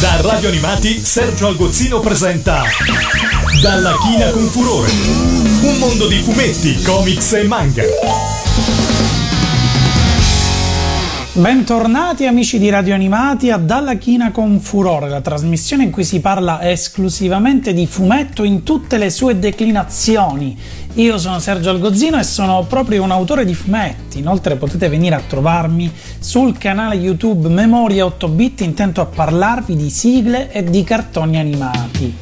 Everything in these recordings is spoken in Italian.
Da Radio Animati, Sergio Algozzino presenta Dalla china con furore. Un mondo di fumetti, comics e manga. Bentornati amici di Radio Animati a Dalla china con furore, la trasmissione in cui si parla esclusivamente di fumetto in tutte le sue declinazioni. Io sono Sergio Algozzino e sono proprio un autore di fumetti. Inoltre potete venire a trovarmi sul canale YouTube Memoria 8 bit, intento a parlarvi di sigle e di cartoni animati.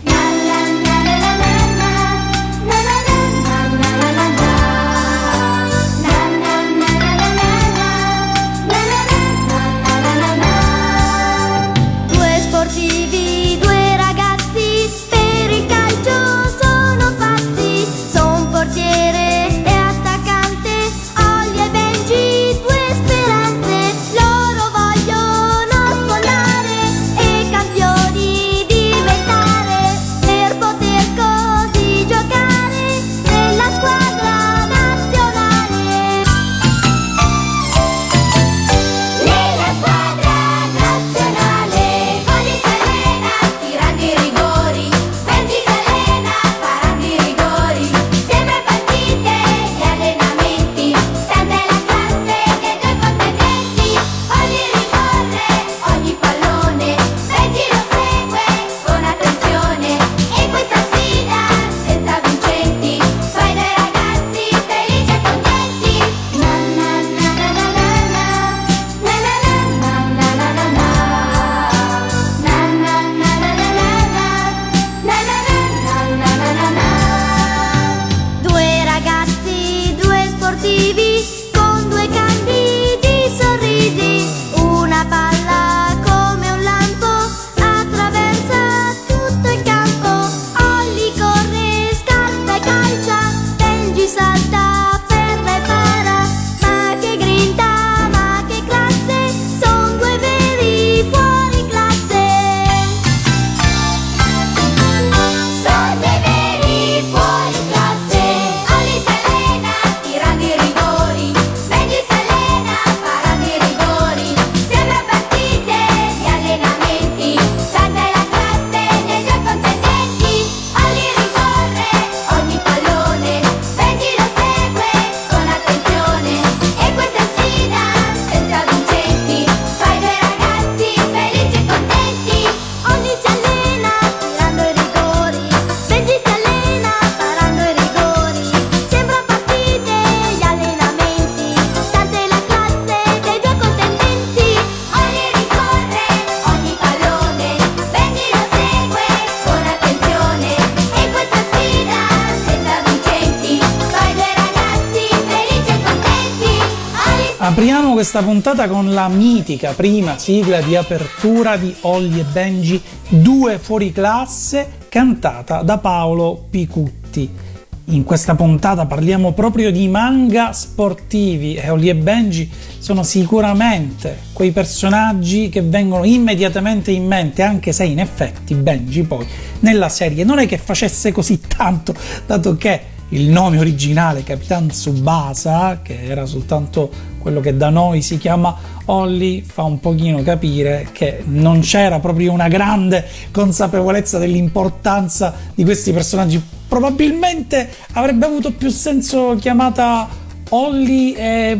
Apriamo questa puntata con la mitica prima sigla di apertura di Holly e Benji 2 fuori classe, cantata da Paolo Picutti. In questa puntata parliamo proprio di manga sportivi e Holly e Benji sono sicuramente quei personaggi che vengono immediatamente in mente, anche se in effetti Benji poi nella serie non è che facesse così tanto, dato che il nome originale Capitan Tsubasa, che era soltanto quello che da noi si chiama Holly, fa un pochino capire che non c'era proprio una grande consapevolezza dell'importanza di questi personaggi. Probabilmente avrebbe avuto più senso chiamata Holly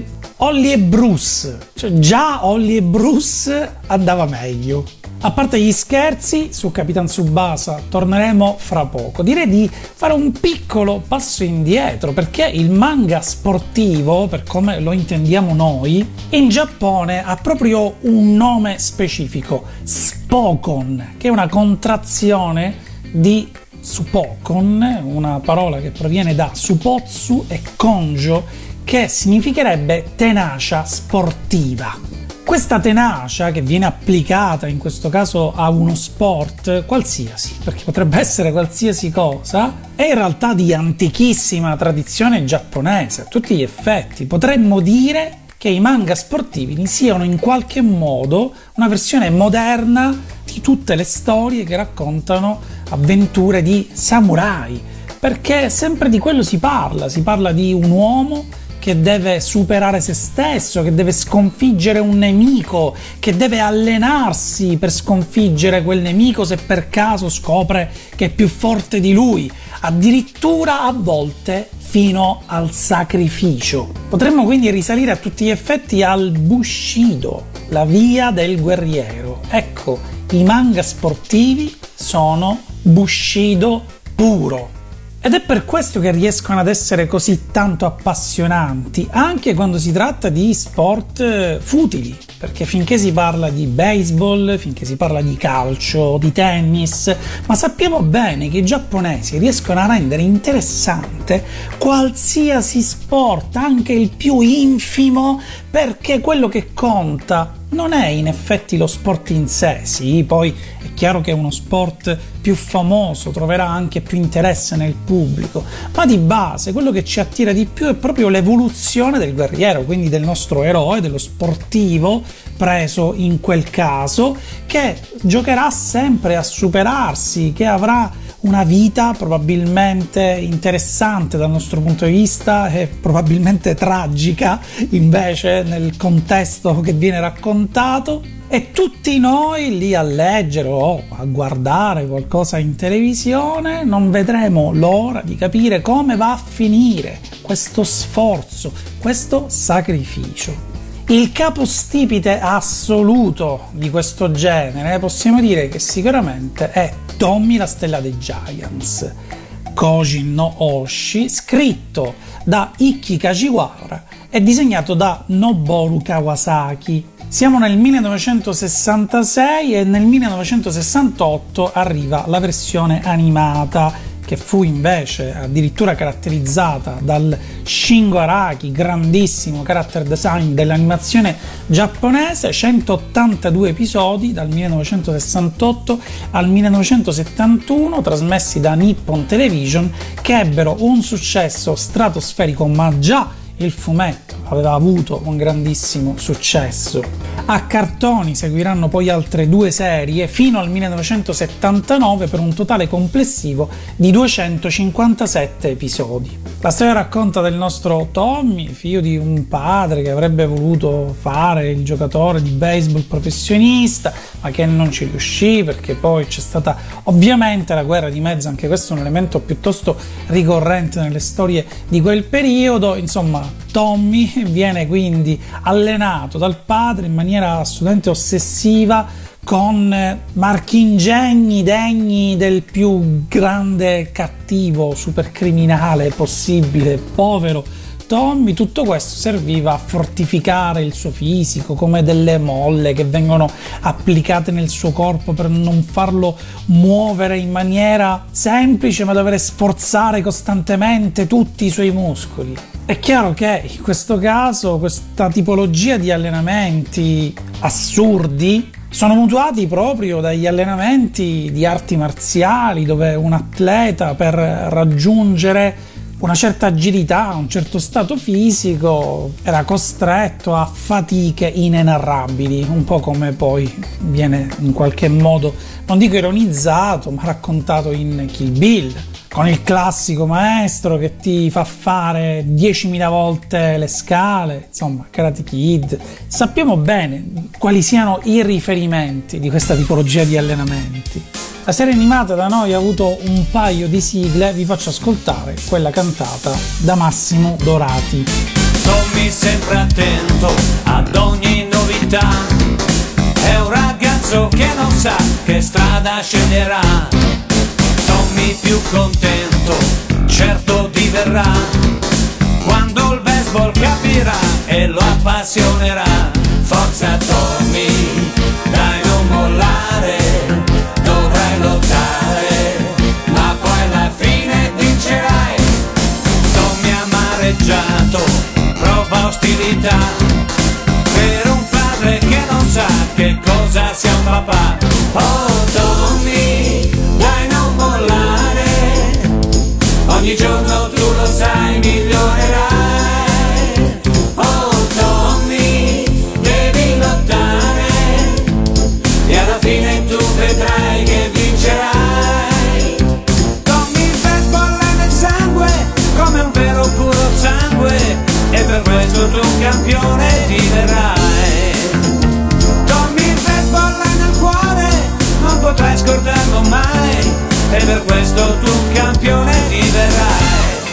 e Bruce, cioè già Holly e Bruce andava meglio. A parte gli scherzi, su Capitan Tsubasa torneremo fra poco. Direi di fare un piccolo passo indietro, perché il manga sportivo, per come lo intendiamo noi, in Giappone ha proprio un nome specifico, Spokon, che è una contrazione di Suppokon, una parola che proviene da Suppotsu e Konjo, che significherebbe tenacia sportiva. Questa tenacia, che viene applicata in questo caso a uno sport qualsiasi, perché potrebbe essere qualsiasi cosa, è in realtà di antichissima tradizione giapponese. A tutti gli effetti potremmo dire che i manga sportivi siano in qualche modo una versione moderna di tutte le storie che raccontano avventure di samurai, perché sempre di quello si parla di un uomo che deve superare se stesso, che deve sconfiggere un nemico, che deve allenarsi per sconfiggere quel nemico se per caso scopre che è più forte di lui, addirittura a volte fino al sacrificio. Potremmo quindi risalire a tutti gli effetti al Bushido, la via del guerriero. Ecco, i manga sportivi sono Bushido puro. Ed è per questo che riescono ad essere così tanto appassionanti, anche quando si tratta di sport futili, perché finché si parla di baseball, finché si parla di calcio, di tennis, ma sappiamo bene che i giapponesi riescono a rendere interessante qualsiasi sport, anche il più infimo, perché quello che conta non è in effetti lo sport in sé. Sì, poi è chiaro che uno sport più famoso troverà anche più interesse nel pubblico, ma di base quello che ci attira di più è proprio l'evoluzione del guerriero, quindi del nostro eroe, dello sportivo preso in quel caso, che giocherà sempre a superarsi, che avrà una vita probabilmente interessante dal nostro punto di vista e probabilmente tragica invece nel contesto che viene raccontato, e tutti noi lì a leggere o a guardare qualcosa in televisione non vedremo l'ora di capire come va a finire questo sforzo, questo sacrificio. Il capostipite assoluto di questo genere possiamo dire che sicuramente è Tommy la stella dei Giants, Kojin no Oshi, scritto da Ikki Kashiwara e disegnato da Noboru Kawasaki. Siamo nel 1966 e nel 1968 arriva la versione animata, che fu invece addirittura caratterizzata dal Shingo Araki, grandissimo character design dell'animazione giapponese, 182 episodi dal 1968 al 1971 trasmessi da Nippon Television, che ebbero un successo stratosferico, ma già il fumetto aveva avuto un grandissimo successo. A cartoni seguiranno poi altre 2 serie fino al 1979 per un totale complessivo di 257 episodi. La storia racconta del nostro Tommy, figlio di un padre che avrebbe voluto fare il giocatore di baseball professionista, ma che non ci riuscì perché poi c'è stata ovviamente la guerra di mezzo. Anche questo è un elemento piuttosto ricorrente nelle storie di quel periodo. Insomma, Tommy viene quindi allenato dal padre in maniera assolutamente ossessiva, con marchingegni degni del più grande cattivo supercriminale possibile. Povero Tommy, tutto questo serviva a fortificare il suo fisico, come delle molle che vengono applicate nel suo corpo per non farlo muovere in maniera semplice, ma dover sforzare costantemente tutti i suoi muscoli. È chiaro che in questo caso questa tipologia di allenamenti assurdi sono mutuati proprio dagli allenamenti di arti marziali, dove un atleta per raggiungere una certa agilità, un certo stato fisico, era costretto a fatiche inenarrabili, un po' come poi viene in qualche modo, non dico ironizzato, ma raccontato in Kill Bill, con il classico maestro che ti fa fare 10.000 volte le scale, insomma, Karate Kid. Sappiamo bene quali siano i riferimenti di questa tipologia di allenamenti. La serie animata da noi ha avuto un paio di sigle, vi faccio ascoltare quella cantata da Massimo Dorati. Tommy sempre attento ad ogni novità, è un ragazzo che non sa che strada sceglierà. Tommy più contento, certo diverrà, quando il baseball capirà e lo appassionerà. Forza Tommy, dai non mollare, dovrai lottare, ma poi alla fine vincerai. Tommy amareggiato, prova ostilità, per un padre che non sa che cosa sia un papà. Oh Tommy, dai non mollare, ogni giorno tu lo sai migliorerai. Oh Tommy, devi lottare e alla fine tu vedrai che vincerai. Tommy il baseball è nel sangue, come un vero puro sangue, e per campione diverrai. Tommy il baseball è nel cuore, non potrai scordarlo mai, e per questo tu campione diverrai.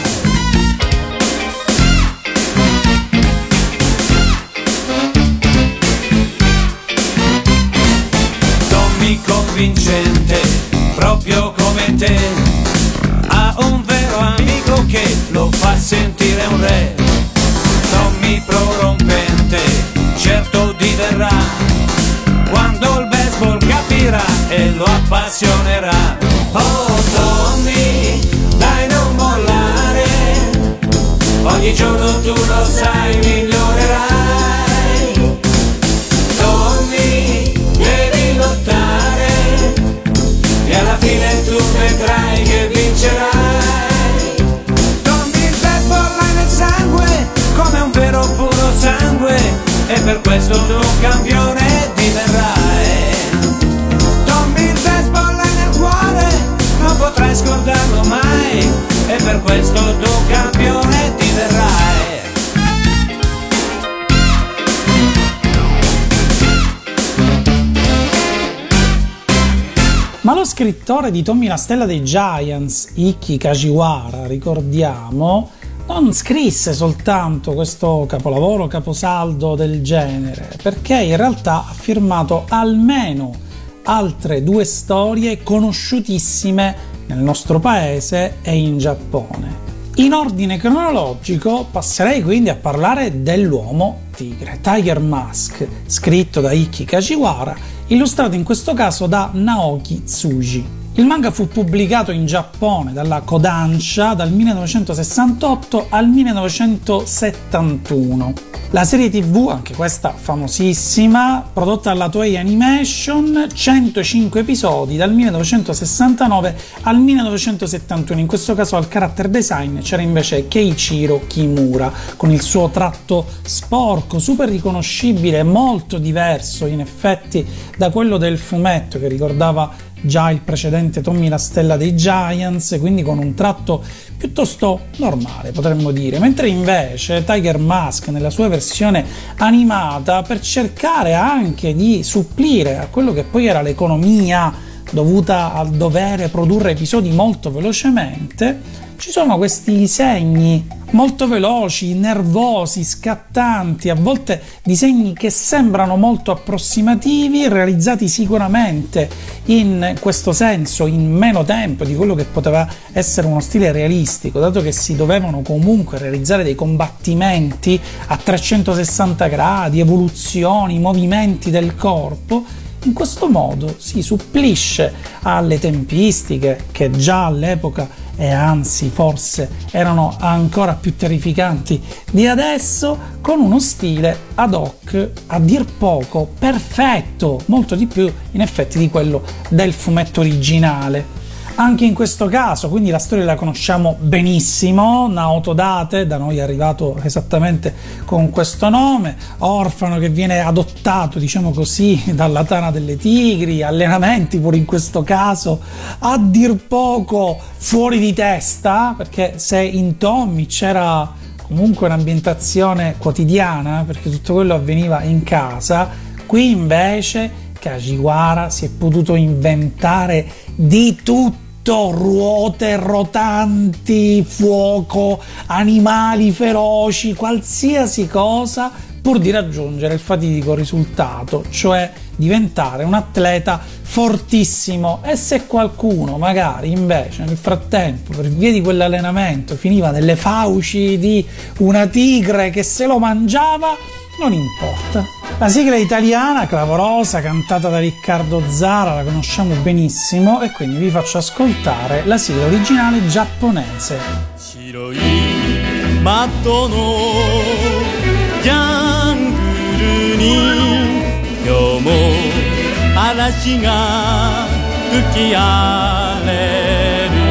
Tommy convincente, proprio come te, ha un vero amico che lo fa sentire un re. Tommy prorompente, certo diverrà, quando il baseball capirà e lo appassionerà. Oh Tommy, dai non mollare, ogni giorno tu lo sai migliorerai. Tommy, devi lottare e alla fine tu vedrai che vincerai. Tommy il baseball hai nel sangue, come un vero puro sangue, e per questo tu campione diverrai. Tommy il baseball è nel cuore, non potrai scordarlo mai, e per questo tu campione diverrai. Ma lo scrittore di Tommy la stella dei Giants, Ikki Kashiwara, ricordiamo, non scrisse soltanto questo capolavoro, caposaldo del genere, perché in realtà ha firmato almeno altre 2 storie conosciutissime nel nostro paese e in Giappone. In ordine cronologico passerei quindi a parlare dell'uomo tigre, Tiger Mask, scritto da Ikki Kashiwara, illustrato in questo caso da Naoki Tsuji. Il manga fu pubblicato in Giappone dalla Kodansha dal 1968 al 1971. La serie TV, anche questa famosissima, prodotta dalla Toei Animation, 105 episodi dal 1969 al 1971. In questo caso al character design c'era invece Keiichiro Kimura, con il suo tratto sporco, super riconoscibile, molto diverso in effetti da quello del fumetto che ricordava già il precedente Tommy la stella dei Giants, quindi con un tratto piuttosto normale, potremmo dire, mentre invece Tiger Mask nella sua versione animata, per cercare anche di supplire a quello che poi era l'economia dovuta al dovere produrre episodi molto velocemente, ci sono questi disegni molto veloci, nervosi, scattanti, a volte disegni che sembrano molto approssimativi, realizzati sicuramente in questo senso in meno tempo di quello che poteva essere uno stile realistico, dato che si dovevano comunque realizzare dei combattimenti a 360 gradi, evoluzioni, movimenti del corpo. In questo modo si supplisce alle tempistiche che già all'epoca e anzi forse erano ancora più terrificanti di adesso, con uno stile ad hoc a dir poco perfetto, molto di più in effetti di quello del fumetto originale. Anche in questo caso, quindi la storia la conosciamo benissimo, Naoto Date, da noi è arrivato esattamente con questo nome, orfano che viene adottato, diciamo così, dalla tana delle tigri, allenamenti pure in questo caso a dir poco fuori di testa, perché se in Tommy c'era comunque un'ambientazione quotidiana, perché tutto quello avveniva in casa, qui invece Kashiwara si è potuto inventare di tutto, ruote rotanti, fuoco, animali feroci, qualsiasi cosa, pur di raggiungere il fatidico risultato, cioè diventare un atleta fortissimo. E se qualcuno magari invece nel frattempo, per via di quell'allenamento, finiva nelle fauci di una tigre che se lo mangiava, non importa. La sigla italiana, clamorosa, cantata da Riccardo Zara, la conosciamo benissimo e quindi vi faccio ascoltare la sigla originale giapponese. Shiroi matto no jungle ni kyou mo arashi ga fuki areru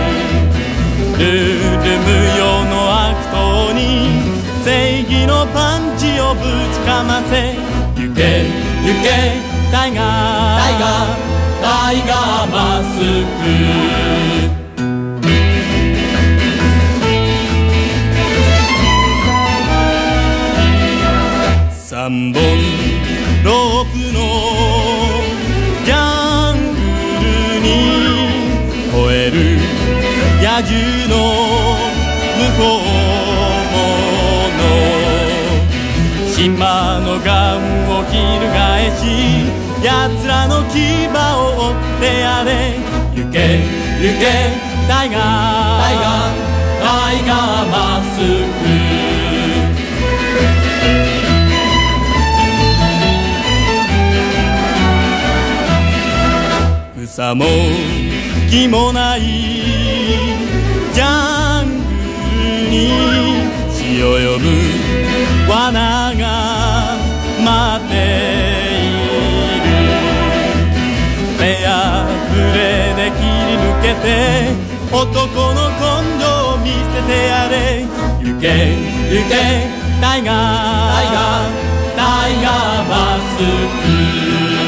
Rurumuyo no akuto ni seigi no panchi o butsukamase yuke yuke Tiger Mask 3本ロープのジャングルに吠える野獣の向こうの島のガンを翻し奴らの牙を追ってやれ行け行けタイガーマスク草も木もないジャングルに血を呼ぶ罠が待っている目や触れで切り抜けて男の根性を見せてやれ行け行けタイガーマスク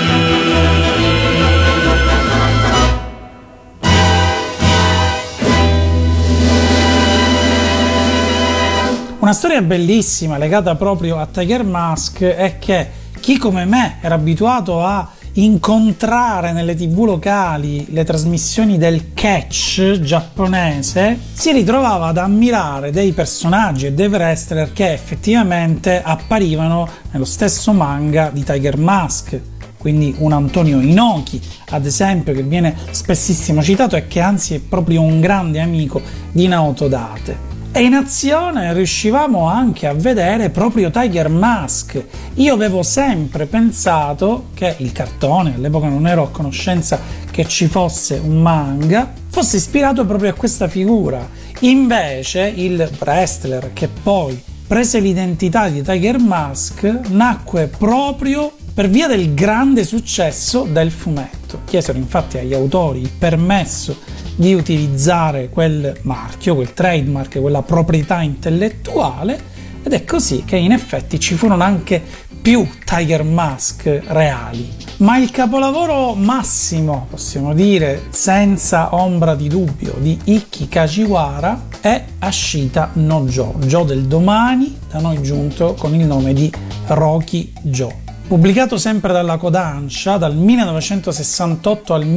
Una storia bellissima legata proprio a Tiger Mask è che chi come me era abituato a incontrare nelle tv locali le trasmissioni del catch giapponese si ritrovava ad ammirare dei personaggi e dei wrestler che effettivamente apparivano nello stesso manga di Tiger Mask. Quindi un Antonio Inoki, ad esempio, che viene spessissimo citato e che anzi è proprio un grande amico di Naoto Date. E in azione riuscivamo anche a vedere proprio Tiger Mask. Io avevo sempre pensato che il cartone, all'epoca non ero a conoscenza che ci fosse un manga, fosse ispirato proprio a questa figura. Invece il wrestler che poi prese l'identità di Tiger Mask nacque proprio per via del grande successo del fumetto. Chiesero infatti agli autori il permesso di utilizzare quel marchio, quel trademark, quella proprietà intellettuale, ed è così che in effetti ci furono anche più Tiger Mask reali. Ma il capolavoro massimo, possiamo dire senza ombra di dubbio, di Ikki Kajiwara è Ashita no Joe del domani, da noi giunto con il nome di Roki Joe. Pubblicato sempre dalla Kodansha dal 1968 al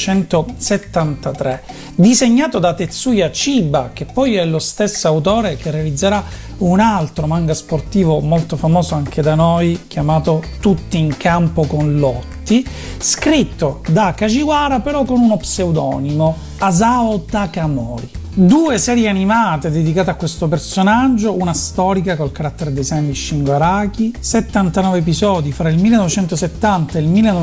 1973, disegnato da Tetsuya Chiba, che poi è lo stesso autore che realizzerà un altro manga sportivo molto famoso anche da noi, chiamato Tutti in campo con Lotti, scritto da Kajiwara però con uno pseudonimo, Asao Takamori. 2 serie animate dedicate a questo personaggio, una storica col character design di Shingo Araki, 79 episodi fra il 1970 e il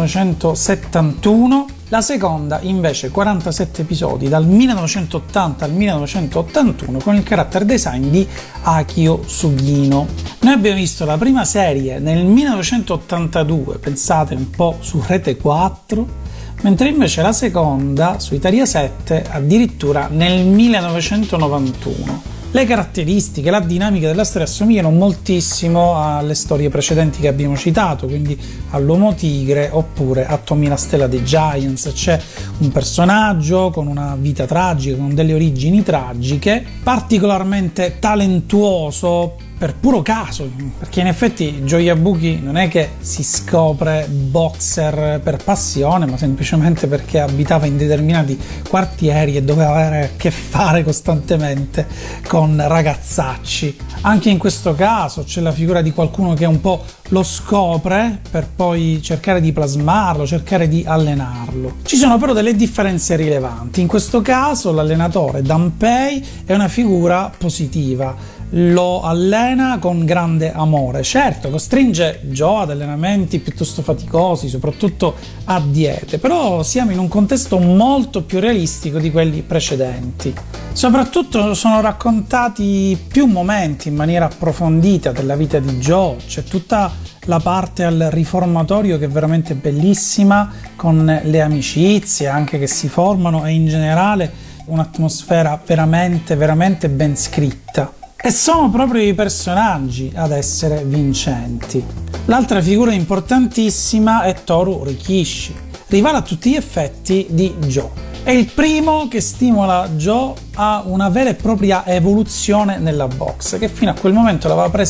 1971, la seconda invece 47 episodi dal 1980 al 1981 con il character design di Akio Sugino. Noi abbiamo visto la prima serie nel 1982, pensate un po', su Rete 4, mentre invece la seconda su Italia 7 addirittura nel 1991. Le caratteristiche, la dinamica della storia assomigliano moltissimo alle storie precedenti che abbiamo citato, quindi all'Uomo Tigre oppure a Tommy la Stella dei Giants. C'è un personaggio con una vita tragica, con delle origini tragiche, particolarmente talentuoso per puro caso, perché in effetti Joe Yabuki non è che si scopre boxer per passione, ma semplicemente perché abitava in determinati quartieri e doveva avere a che fare costantemente con ragazzacci. Anche in questo caso c'è la figura di qualcuno che un po' lo scopre per poi cercare di plasmarlo, cercare di allenarlo. Ci sono però delle differenze rilevanti. In questo caso l'allenatore Danpei è una figura positiva, lo allena con grande amore. Certo, costringe Joe ad allenamenti piuttosto faticosi, soprattutto a diete, però siamo in un contesto molto più realistico di quelli precedenti. Soprattutto sono raccontati più momenti in maniera approfondita della vita di Joe. C'è tutta la parte al riformatorio che è veramente bellissima, con le amicizie anche che si formano e in generale un'atmosfera veramente ben scritta. E sono proprio i personaggi ad essere vincenti. L'altra figura importantissima è Toru Rikishi, rivale a tutti gli effetti di Joe. È il primo che stimola Joe a una vera e propria evoluzione nella box, che fino a quel momento l'aveva presa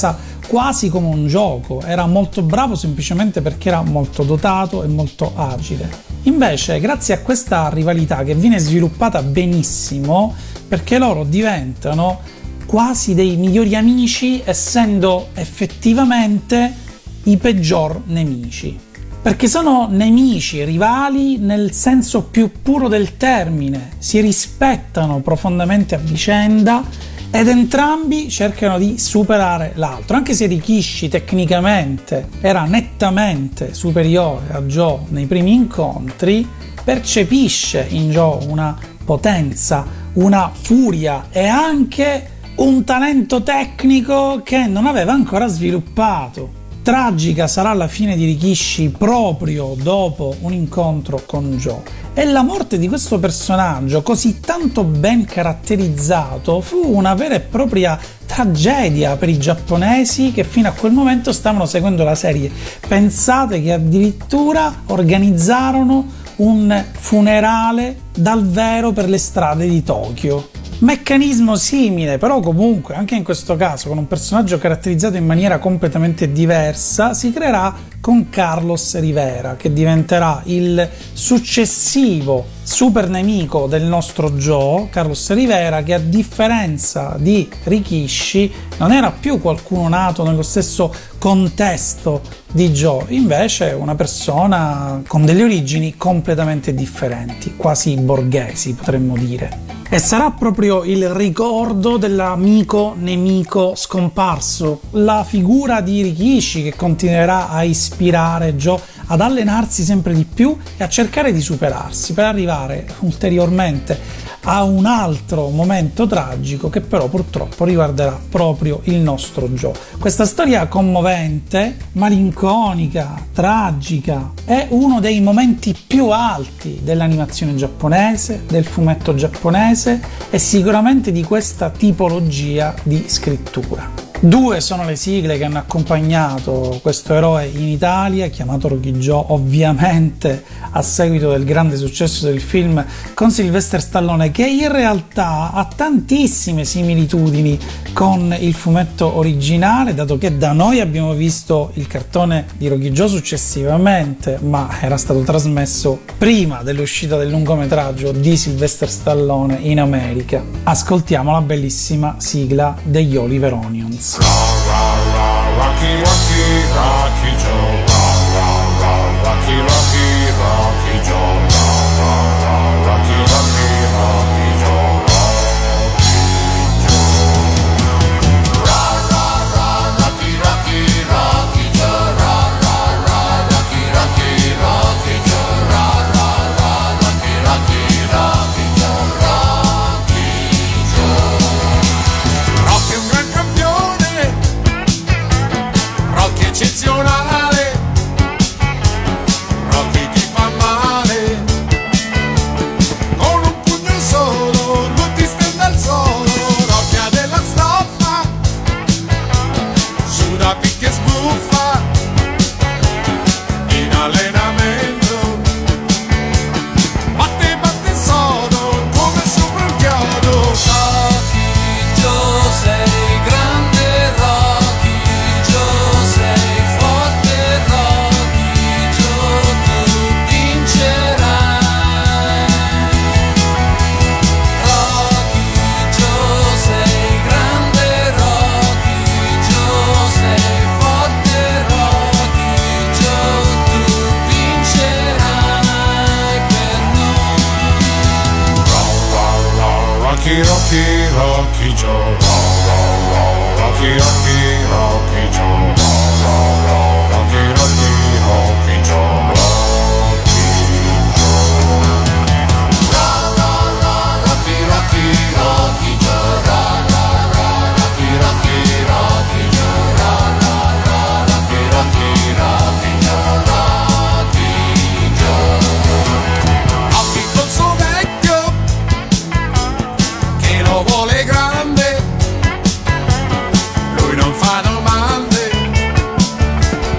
quasi come un gioco, era molto bravo semplicemente perché era molto dotato e molto agile. Invece, grazie a questa rivalità che viene sviluppata benissimo, perché loro diventano quasi dei migliori amici, essendo effettivamente i peggior nemici. Perché sono nemici, rivali nel senso più puro del termine, si rispettano profondamente a vicenda ed entrambi cercano di superare l'altro. Anche se Rikishi tecnicamente era nettamente superiore a Joe nei primi incontri, percepisce in Joe una potenza, una furia e anche un talento tecnico che non aveva ancora sviluppato. Tragica sarà la fine di Rikishi proprio dopo un incontro con Joe, e la morte di questo personaggio così tanto ben caratterizzato fu una vera e propria tragedia per i giapponesi che fino a quel momento stavano seguendo la serie. Pensate che addirittura organizzarono un funerale dal vero per le strade di Tokyo. Meccanismo simile, però comunque anche in questo caso con un personaggio caratterizzato in maniera completamente diversa si creerà con Carlos Rivera, che diventerà il successivo super nemico del nostro Joe. Carlos Rivera, che a differenza di Rikishi non era più qualcuno nato nello stesso contesto di Joe, invece una persona con delle origini completamente differenti, quasi borghesi potremmo dire. E sarà proprio il ricordo dell'amico nemico scomparso, la figura di Rikishi che continuerà a ispirare Joe ad allenarsi sempre di più e a cercare di superarsi per arrivare ulteriormente a un altro momento tragico che però purtroppo riguarderà proprio il nostro Joe. Questa storia commovente, malinconica, tragica, è uno dei momenti più alti dell'animazione giapponese, del fumetto giapponese e sicuramente di questa tipologia di scrittura. 2 sono le sigle che hanno accompagnato questo eroe in Italia, chiamato Rocky Joe, ovviamente a seguito del grande successo del film con Sylvester Stallone, che in realtà ha tantissime similitudini con il fumetto originale, dato che da noi abbiamo visto il cartone di Rocky Joe successivamente, ma era stato trasmesso prima dell'uscita del lungometraggio di Sylvester Stallone in America. Ascoltiamo la bellissima sigla degli Oliver Onions. Rocky, Rocky, Rocky Joe. Rocky, Rocky, Rocky Joe. Rocky, Rocky, Rocky Joe. Rocky, Rocky, Rocky Joe. Rocky, Rocky, Rocky Joe. Rocky, Rocky, Rocky Joe. Rocky è un gran campione, Rocky eccezionale, Rocky ti fa male, con un pugno solo non ti stende al solo. Rocky ha della stoffa, suda, picchia e sbuffa, in allenamento batte sodo come sopra un chiodo. Rocky Joe sei grande, Rocky Joe sei forte, Rocky Joe tu vincerai. Rocky Joe sei grande, Rocky Joe sei forte, Rocky Joe tu vincerai per noi. Rocky, Rocky, Rocky Joe. Rocky, Rocky, Rocky Joe. Rocky, Rocky, Rocky Joe. Rocky, Rocky, Rocky Joe. Rocky, Rocky, Rocky Joe. Rocky, Rocky, Rocky Joe. Rocky col suo vecchio che lo vuole grande, lui non fa domande,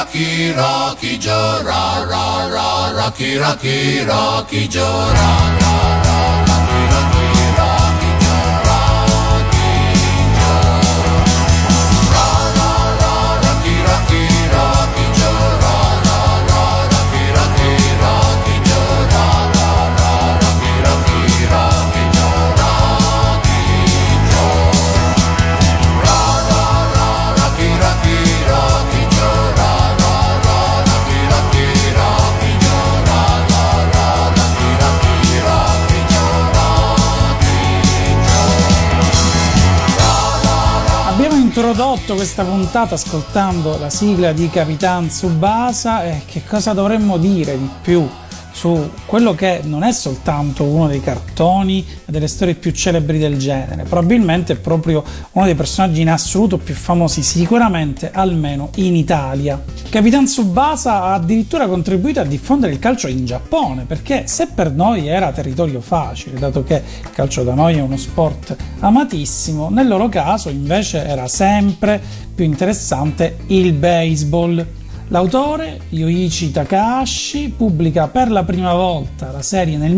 Rocky Rocky Joe ra ra ra Rocky Rocky Rocky Joe ra ra ra Rocky Rocky Rocky Joe Rocky Joe ra ra ra Rocky Rocky Rocky Joe ra ra ra Rocky Rocky Rocky Joe ra ra ra Rocky Rocky Rocky Joe Rocky Joe ra ra ra Rocky Rocky Rocky Joe ra ra ra Rocky Rocky Rocky Joe ra ra ra Rocky Rocky Rocky Joe Rocky Joe. Abbiamo introdotto questa puntata ascoltando la sigla di Capitan Tsubasa e che cosa dovremmo dire di più su quello che non è soltanto uno dei cartoni e delle storie più celebri del genere, probabilmente è proprio uno dei personaggi in assoluto più famosi, sicuramente almeno in Italia. Capitan Tsubasa ha addirittura contribuito a diffondere il calcio in Giappone, perché se per noi era territorio facile, dato che il calcio da noi è uno sport amatissimo, nel loro caso invece era sempre più interessante il baseball. L'autore, Yoichi Takahashi, pubblica per la prima volta la serie nel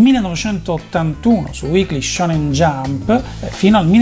1981 su Weekly Shonen Jump fino al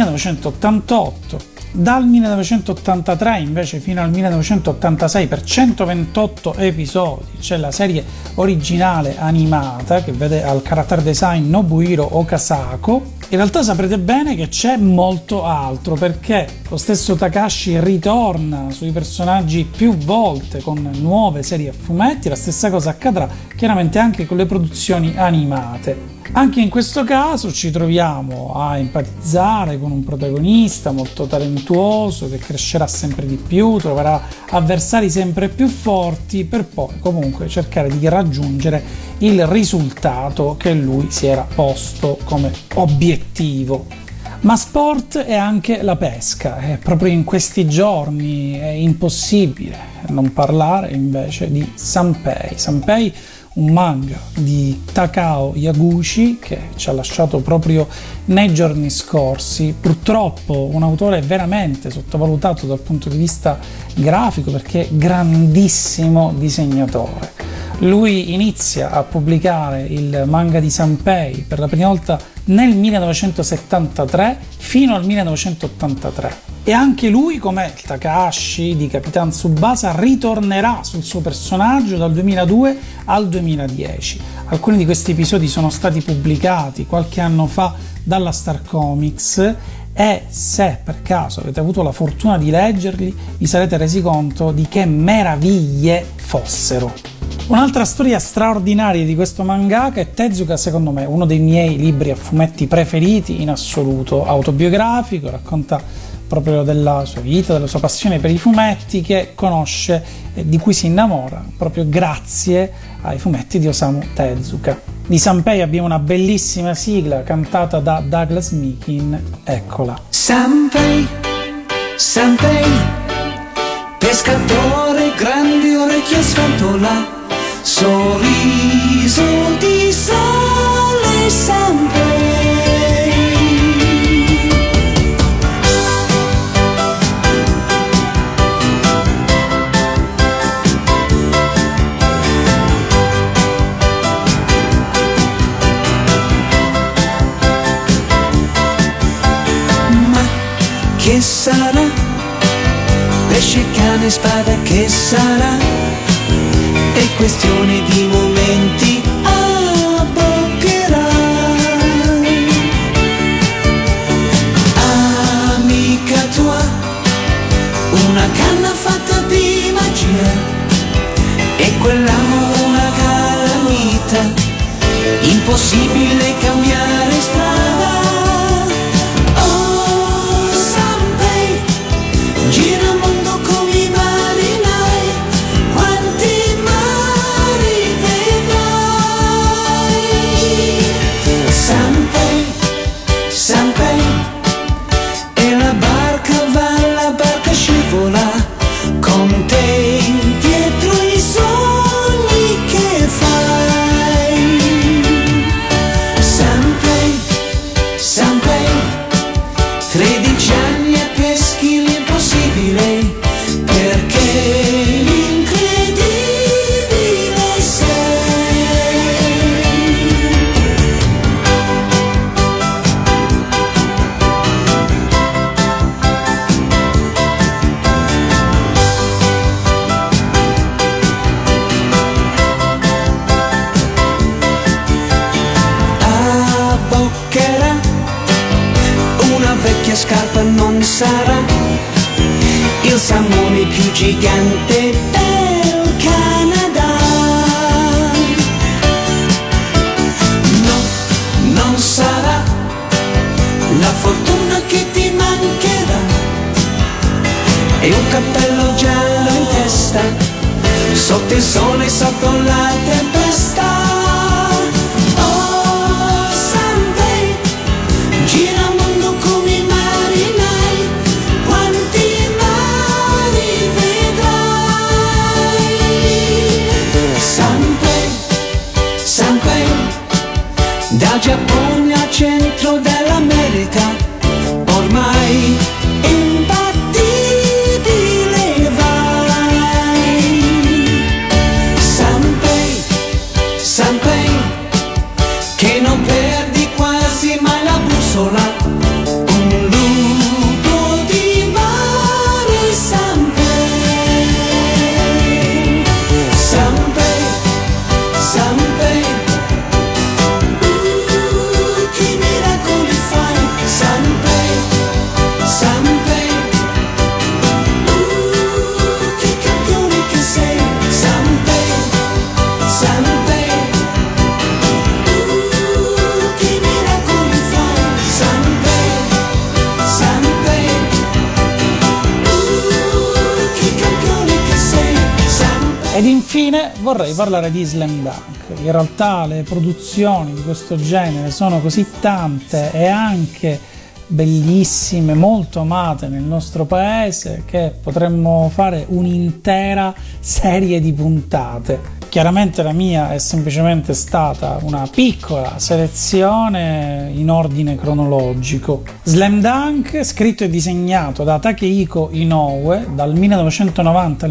1988. Dal 1983 invece fino al 1986 per 128 episodi c'è la serie originale animata che vede al character design Nobuhiro Okasako. In realtà saprete bene che c'è molto altro, perché lo stesso Takahashi ritorna sui personaggi più volte con nuove serie a fumetti, la stessa cosa accadrà chiaramente anche con le produzioni animate. Anche in questo caso ci troviamo a empatizzare con un protagonista molto talentuoso che crescerà sempre di più, troverà avversari sempre più forti per poi comunque cercare di raggiungere il risultato che lui si era posto come obiettivo. Ma sport è anche la pesca e proprio in questi giorni è impossibile non parlare invece di Sanpei. Sanpei, un manga di Takao Yaguchi che ci ha lasciato proprio nei giorni scorsi, purtroppo un autore veramente sottovalutato dal punto di vista grafico perché è grandissimo disegnatore. Lui inizia a pubblicare il manga di Sanpei per la prima volta nel 1973 fino al 1983 e anche lui, come il Takahashi di Capitan Tsubasa, ritornerà sul suo personaggio dal 2002 al 2010. Alcuni di questi episodi sono stati pubblicati qualche anno fa dalla Star Comics e se per caso avete avuto la fortuna di leggerli vi sarete resi conto di che meraviglie fossero. Un'altra storia straordinaria di questo mangaka è Tezuka, secondo me uno dei miei libri a fumetti preferiti in assoluto, autobiografico, racconta proprio della sua vita, della sua passione per i fumetti che conosce e di cui si innamora proprio grazie ai fumetti di Osamu Tezuka. Di Sanpei abbiamo una bellissima sigla cantata da Douglas Meakin, eccola. Sanpei, Sanpei, pescatore, grandi orecchie a sventola, sorriso di sole, Sanpei. Ma che sarà? Pesce, cane, spada, che sarà? È questione di momenti, abboccherà. Amica tua, una canna fatta di magia, e quell'amore una calamita, impossibile cambiare strada. Oh, Sanpei, gira il mondo come i marinai, quanti mari vedrai. Sanpei, Sanpei, e la barca va, la barca scivola, con te dietro i sogni che fai. Sanpei, gigante del Canada. No, non sarà la fortuna che ti mancherà, e un cappello giallo in testa, sotto il sole, sotto la tempesta. Oh, someday, gira il mondo come i marinai, quanti mari vedrai. Someday, someday, dal Giappone al centro dell'America, ormai imbattibile vai. Someday, che non perdi quasi mai la bussola, un lupo di mare. Someday, che miracoli fai. Someday, che campione che sei. Someday, che miracoli fai. Someday, che campione che sei. Ed infine vorrei parlare di Slam Dunk. In realtà le produzioni di questo genere sono così tante e anche bellissime, molto amate nel nostro paese, che potremmo fare un'intera serie di puntate. Chiaramente la mia è semplicemente stata una piccola selezione in ordine cronologico. Slam Dunk, scritto e disegnato da Takehiko Inoue dal 1990 al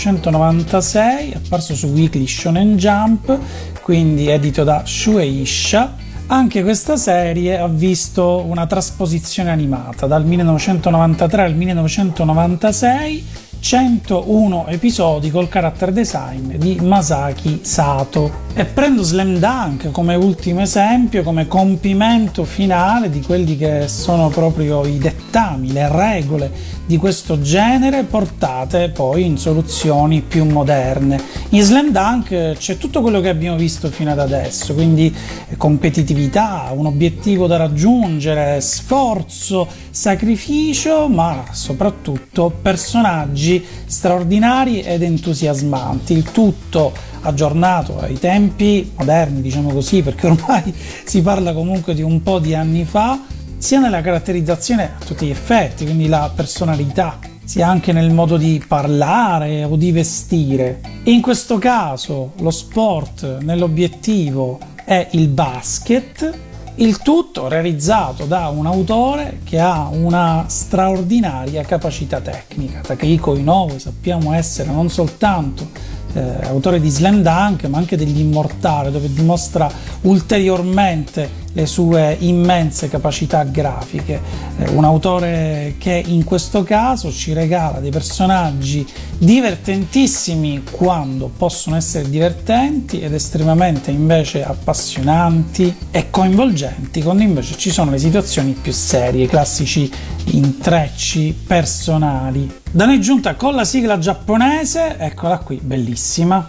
1996, apparso su Weekly Shonen Jump, quindi edito da Shueisha. Anche questa serie ha visto una trasposizione animata dal 1993 al 1996, 101 episodi col character design di Masaki Sato. E prendo Slam Dunk come ultimo esempio, come compimento finale di quelli che sono proprio i dettami, le regole di questo genere portate poi in soluzioni più moderne. In Slam Dunk c'è tutto quello che abbiamo visto fino ad adesso, quindi competitività, un obiettivo da raggiungere, sforzo, sacrificio, ma soprattutto personaggi straordinari ed entusiasmanti, il tutto aggiornato ai tempi moderni, diciamo così, perché ormai si parla comunque di un po' di anni fa, sia nella caratterizzazione a tutti gli effetti, quindi la personalità, sia anche nel modo di parlare o di vestire. In questo caso lo sport nell'obiettivo è il basket, il tutto realizzato da un autore che ha una straordinaria capacità tecnica. Takehiko Inoue sappiamo essere non soltanto autore di Slam Dunk, ma anche degli Immortali, dove dimostra ulteriormente le sue immense capacità grafiche. Un autore che in questo caso ci regala dei personaggi divertentissimi quando possono essere divertenti ed estremamente invece appassionanti e coinvolgenti quando invece ci sono le situazioni più serie, i classici intrecci personali. Da noi giunta con la sigla giapponese, eccola qui, bellissima.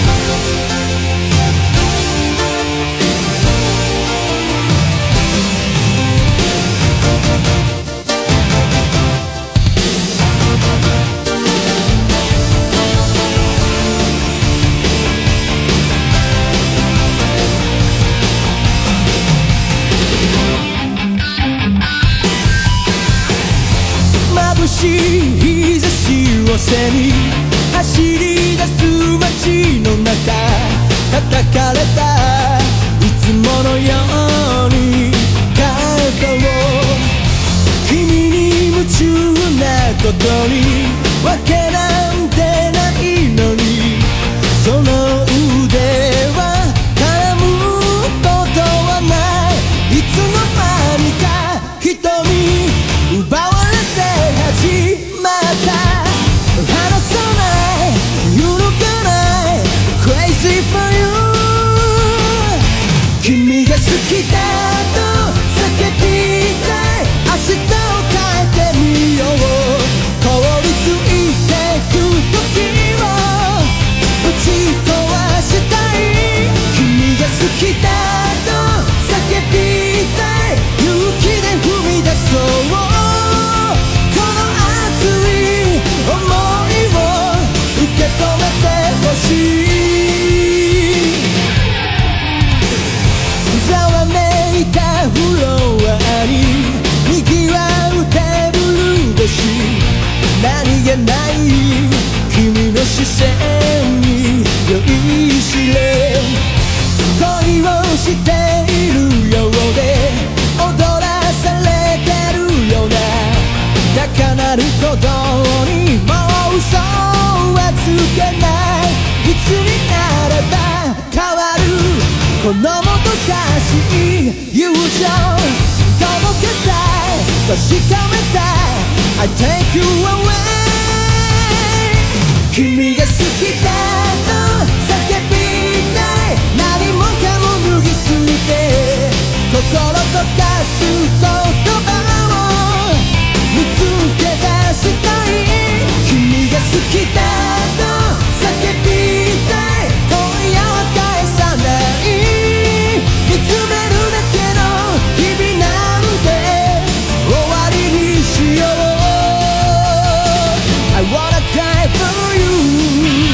しい日差しを背に走り出す街の中叩かれたいつものように肩を君に夢中なことにわけなんてないのにその腕は絡むことはないいつの間にか瞳奪われ始まった離さない揺るがない Crazy for you 君が好きだと叫びたい明日を変えてみよう凍りついてく知れ恋をしているようで踊らされてるような高鳴る鼓動にもう嘘はつけないいつになれば変わるこのもどかしい友情届けたい確かめたい I take you away 君が好きだと叫びたい何もかも脱ぎ捨て心溶かす言葉を見つけ出したい君が好きだと叫びたい今夜は返さない見つめるだけの日々なんて終わりにしよう I wanna cry for you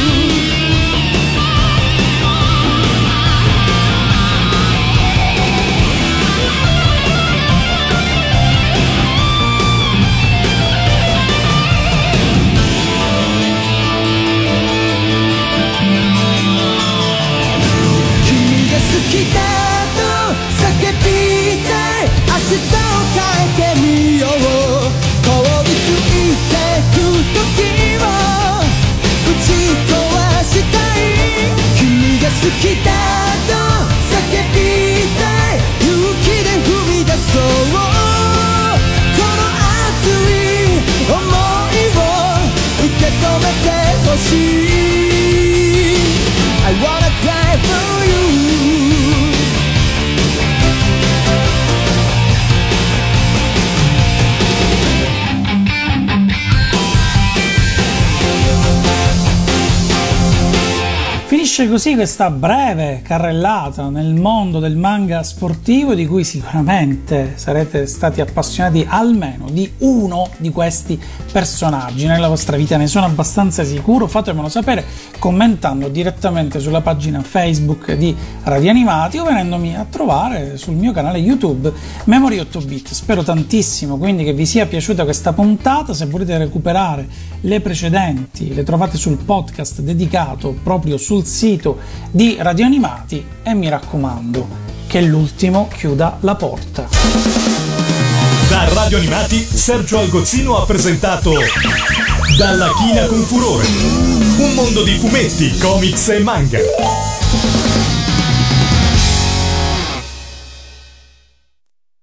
好きだと叫びたい明日を変えてみよう凍りついてく時を打ち壊したい君が好きだと叫びたい勇気で踏み出そうこの熱い想いを受け止めてほしい I wanna cry for you Finisce così questa breve carrellata nel mondo del manga sportivo di cui sicuramente sarete stati appassionati almeno di uno di questi personaggi nella vostra vita, ne sono abbastanza sicuro. Fatemelo sapere commentando direttamente sulla pagina Facebook di Radio Animati o venendomi a trovare sul mio canale YouTube Memory 8bit. Spero tantissimo quindi che vi sia piaciuta questa puntata. Se volete recuperare le precedenti le trovate sul podcast dedicato proprio sul sito di Radio Animati e mi raccomando che l'ultimo chiuda la porta. Da Radio Animati Sergio Algozzino ha presentato Dalla china con furore, un mondo di fumetti, comics e manga.